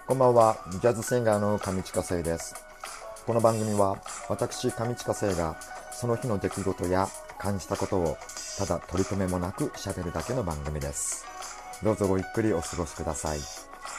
こんばんは、ジャズシンガーの上地下生です。この番組は私上地下生がその日の出来事や感じたことをただ取り留めもなく喋るだけの番組です。どうぞごゆっくりお過ごしください。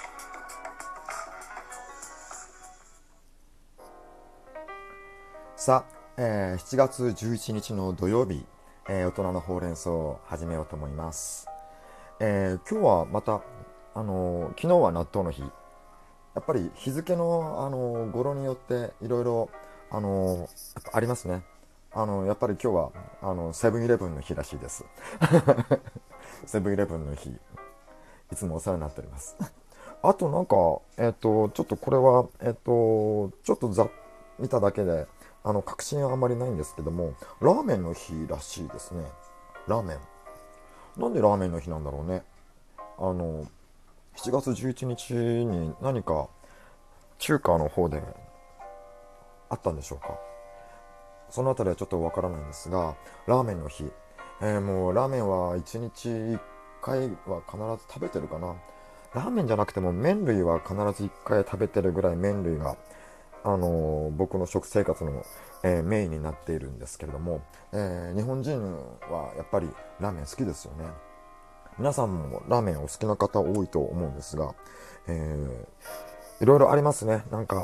さあ、7月11日の土曜日、大人のほうれん草を始めようと思います。今日はまた、昨日は納豆の日。やっぱり日付の、語呂によっていろいろやっぱありますね。やっぱり今日はセブンイレブンの日らしいです。セブンイレブンの日、いつもお世話になっております。あとなんか、ちょっとこれは、ちょっと見ただけで、確信はあんまりないんですけども、ラーメンの日らしいですね。ラーメン。なんでラーメンの日なんだろうね。7月11日に何か中華の方であったんでしょうか。そのあたりはちょっとわからないんですが、ラーメンの日、もうラーメンは1日1回は必ず食べてるかな。ラーメンじゃなくても麺類は必ず1回食べてるぐらい麺類が、僕の食生活の、メインになっているんですけれども、日本人はやっぱりラーメン好きですよね。皆さんもラーメンお好きな方多いと思うんですが、いろいろありますね。なんか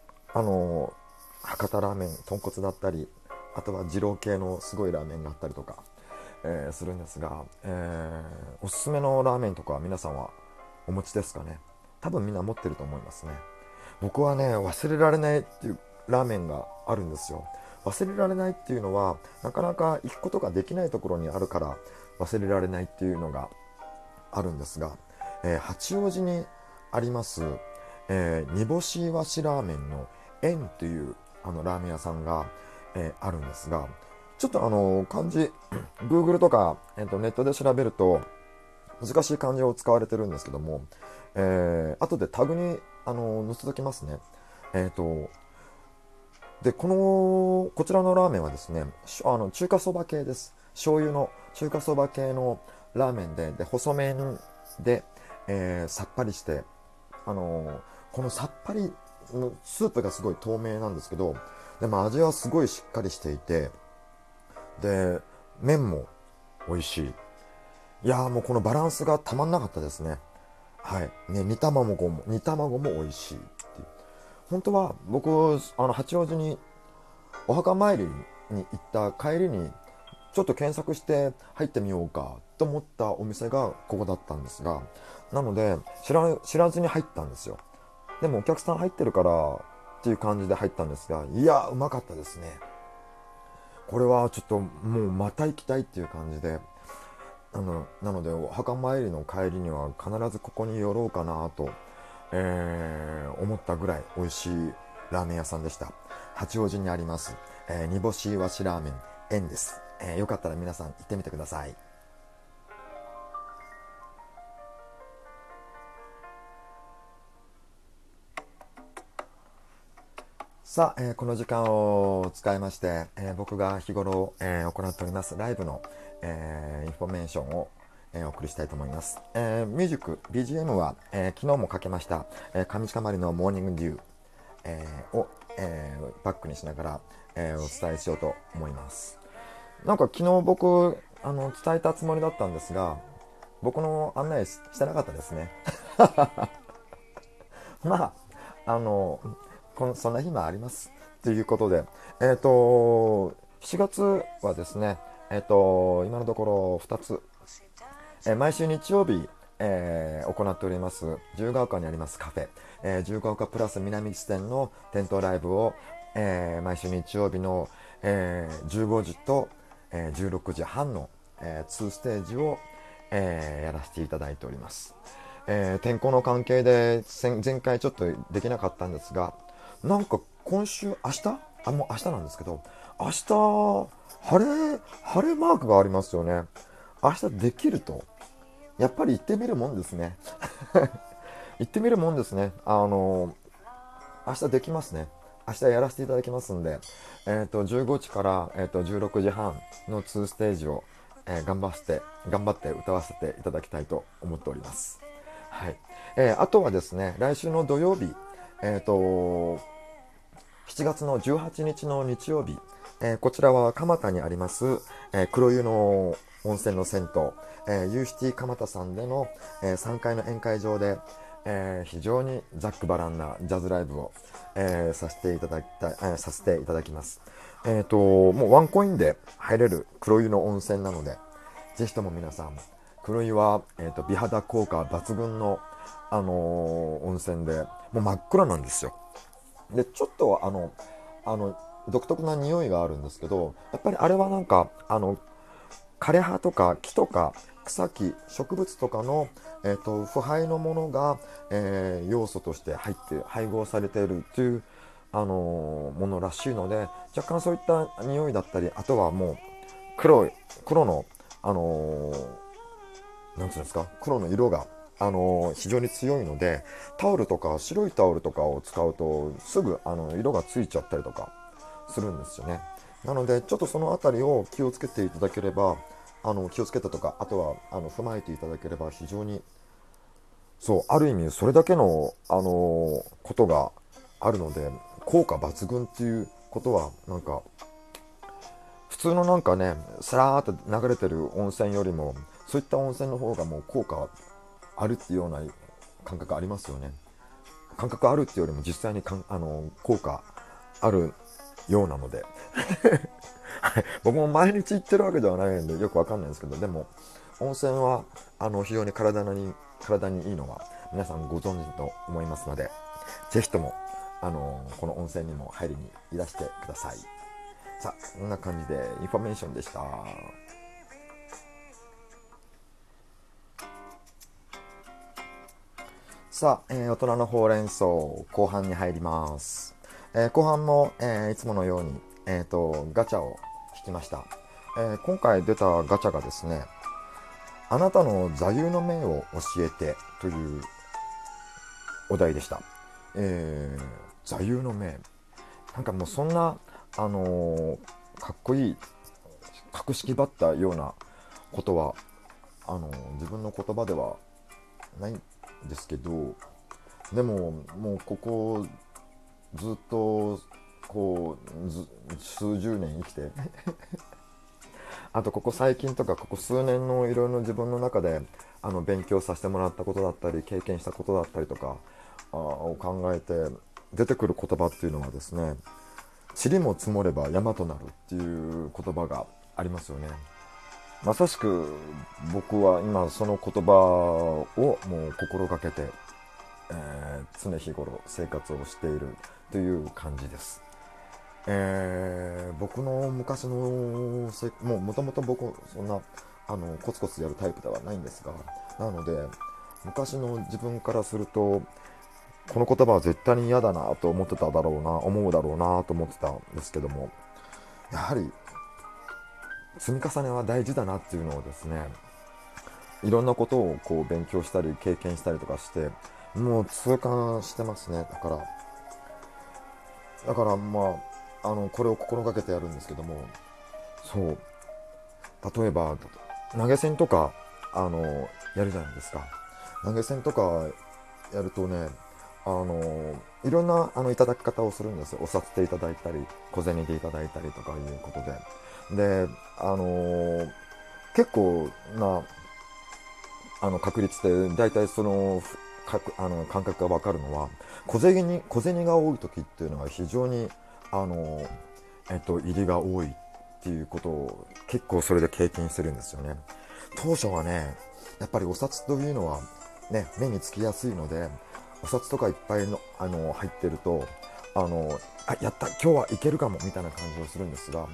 博多ラーメン豚骨だったり、あとは二郎系のすごいラーメンがあったりとか、するんですが、おすすめのラーメンとか皆さんはお持ちですかね。多分みんな持ってると思いますね。僕はね、忘れられないっていうラーメンがあるんですよ。忘れられないっていうのはなかなか行くことができないところにあるから忘れられないっていうのがあるんですが、八王子にあります、煮干しわしラーメンの円というラーメン屋さんが、あるんですが、ちょっと漢字Google とか、ネットで調べると難しい漢字を使われてるんですけども、後でタグに載せときますね。でこちらのラーメンはですね、中華そば系です。醤油の中華そば系のラーメンで、細麺で、さっぱりして、このさっぱりのスープがすごい透明なんですけど、でも味はすごいしっかりしていて、で麺も美味しい。いやー、もうこのバランスがたまんなかったですね。はいね、煮卵も美味しいっていう。本当は僕八王子にお墓参りに行った帰りにちょっと検索して入ってみようかと思ったお店がここだったんですが、なので知らずに入ったんですよ。でもお客さん入ってるからっていう感じで入ったんですが、いやうまかったですね。これはちょっともうまた行きたいっていう感じで、なのでお墓参りの帰りには必ずここに寄ろうかなと、思ったぐらい美味しいラーメン屋さんでした。八王子にあります、煮干しわしラーメン円です。よかったら皆さん行ってみてください。さあ、この時間を使いまして、僕が日頃、行っておりますライブの、インフォメーションを、お送りしたいと思います。ミュージック BGM は、昨日もかけました、上地かまりのモーニングデュー、を、バックにしながら、お伝えしようと思います。なんか昨日僕伝えたつもりだったんですが、僕の案内してなかったですね。まあそんな日もありますということで、7月はですね、今のところ2つ、毎週日曜日、行っております自由が丘にありますカフェ、自由が丘プラス南口店の店頭ライブを、毎週日曜日の、15時と、16時半の、2ステージを、やらせていただいております。天候の関係で前回ちょっとできなかったんですが、なんか今週もう明日なんですけど、明日晴れマークがありますよね。明日できるとやっぱり行ってみるもんですね。行ってみるもんですね。明日できますね。明日やらせていただきますんで、15時から、16時半の2ステージを、頑張って歌わせていただきたいと思っております。はい。 あとはですね、来週の土曜日、7月の18日の日曜日、こちらは蒲田にあります、黒湯の温泉の銭湯、ユーシティ蒲田さんでの、3階の宴会場で、非常にざっくばらんなジャズライブを、させていただきます。もうワンコインで入れる黒湯の温泉なので、ぜひとも皆さん、黒湯は、美肌効果抜群の、温泉で、もう真っ暗なんですよ。で、ちょっと独特な匂いがあるんですけど、やっぱりあれはなんか、枯れ葉とか木とか草木、植物とかの、腐敗のものが、要素として配合されているという、ものらしいので、若干そういった匂いだったり、あとはもう黒の、なんていうんですか、黒の色が、非常に強いので、タオルとか白いタオルとかを使うとすぐ色がついちゃったりとかするんですよね。なのでちょっとそのあたりを気をつけていただければ、気をつけたとか、あとは踏まえていただければ非常に、そうある意味それだけの、ことがあるので効果抜群っていうことは、なんか普通のなんかね、さらーっと流れてる温泉よりも、そういった温泉の方がもう効果あるっていうような感覚ありますよね。感覚あるっていうよりも実際に効果あるようなのではい、僕も毎日行ってるわけではないのでよくわかんないんですけど、でも温泉は非常に体にいいのは皆さんご存知と思いますので、ぜひともこの温泉にも入りにいらしてください。さあ、こんな感じでインフォメーションでした。さあ、大人のほうれん草後半に入ります。後半も、いつものように、ガチャを引きました。今回出たガチャがですね、あなたの座右の銘を教えてというお題でした。座右の銘、なんかもうそんな、かっこいい格式ばったようなことは自分の言葉ではないんですけど、でももうここずっとこう数十年生きてあとここ最近とかここ数年のいろいろ自分の中で勉強させてもらったことだったり経験したことだったりとかを考えて出てくる言葉っていうのはですね、塵も積もれば山となるっていう言葉がありますよね。まさしく僕は今その言葉をもう心がけて、常日頃生活をしているという感じです。僕の昔のもともと僕そんなコツコツやるタイプではないんですが、なので昔の自分からするとこの言葉は絶対に嫌だなと思うだろうなと思ってたんですけども、やはり積み重ねは大事だなっていうのをですね、いろんなことをこう勉強したり経験したりとかしてもう痛感してますね。だからこれを心がけてやるんですけども、そう例えば投げ銭とかやるじゃないですか。投げ銭とかやるとね、いろんないただき方をするんですよ。お札でいただいたり小銭でいただいたりとかいうことで、結構な確率でだいたいその感覚が分かるのは、小銭が多い時っていうのは非常に入りが多いっていうことを結構それで経験してるんですよね。当初はね、やっぱりお札というのはね、目につきやすいので、お札とかいっぱいの入ってるとやった今日はいけるかもみたいな感じをするんですが、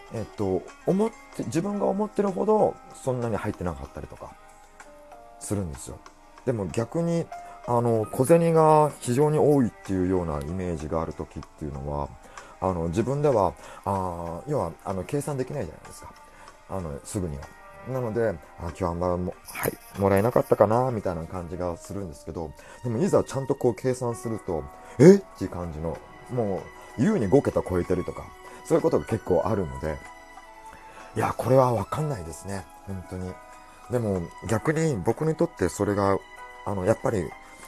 自分が思ってるほどそんなに入ってなかったりとかするんですよ。でも逆に小銭が非常に多いっていうようなイメージがある時っていうのは自分では要は計算できないじゃないですか、すぐには。なので今日はもらえなかったかなみたいな感じがするんですけど、でもいざちゃんとこう計算するとっていう感じの、もう優に5桁超えてるとかそういうことが結構あるので、いやこれは分かんないですね本当に。でも逆に僕にとってそれがやっぱり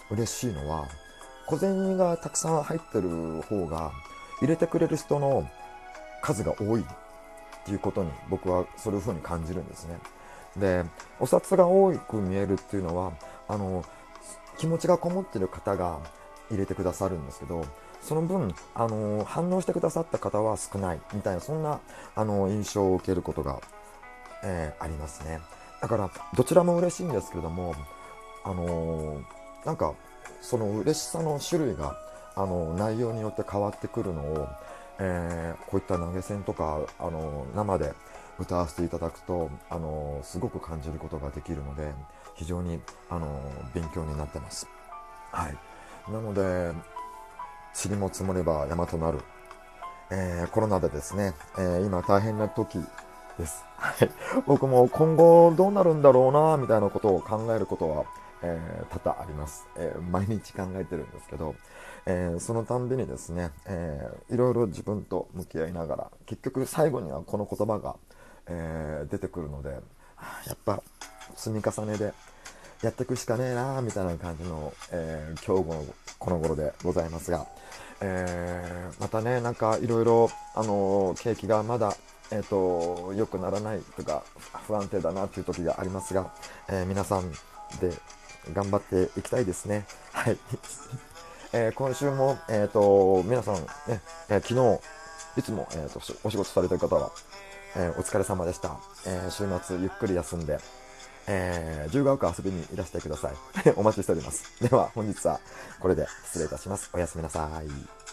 嬉しいのは、小銭がたくさん入ってる方が入れてくれる人の数が多いっていうことに、僕はそういう風に感じるんですね。で、お札が多く見えるっていうのは、気持ちがこもってる方が入れてくださるんですけど、その分反応してくださった方は少ないみたいな、そんな印象を受けることが、ありますね。だからどちらも嬉しいんですけれども、なんかその嬉しさの種類が内容によって変わってくるのを、こういった投げ銭とか生で歌わせていただくとすごく感じることができるので、非常に勉強になってます。はい。なので、塵も積もれば山となる、コロナでですね、今大変な時です。はい。僕も今後どうなるんだろうなみたいなことを考えることは、多々あります。毎日考えてるんですけど、そのたんびにですね、いろいろ自分と向き合いながら、結局最後にはこの言葉が、出てくるので、やっぱ積み重ねでやっていくしかねえなみたいな感じの、今日のこの頃でございますが、またね、なんかいろいろ景気がまだ良くならないとか不安定だなという時がありますが、皆さんで頑張っていきたいですね。はい。今週も、皆さん、ね、昨日いつも、お仕事されている方は、お疲れ様でした。週末ゆっくり休んで、自由が丘遊びにいらしてください。お待ちしております。では本日はこれで失礼いたします。おやすみなさい。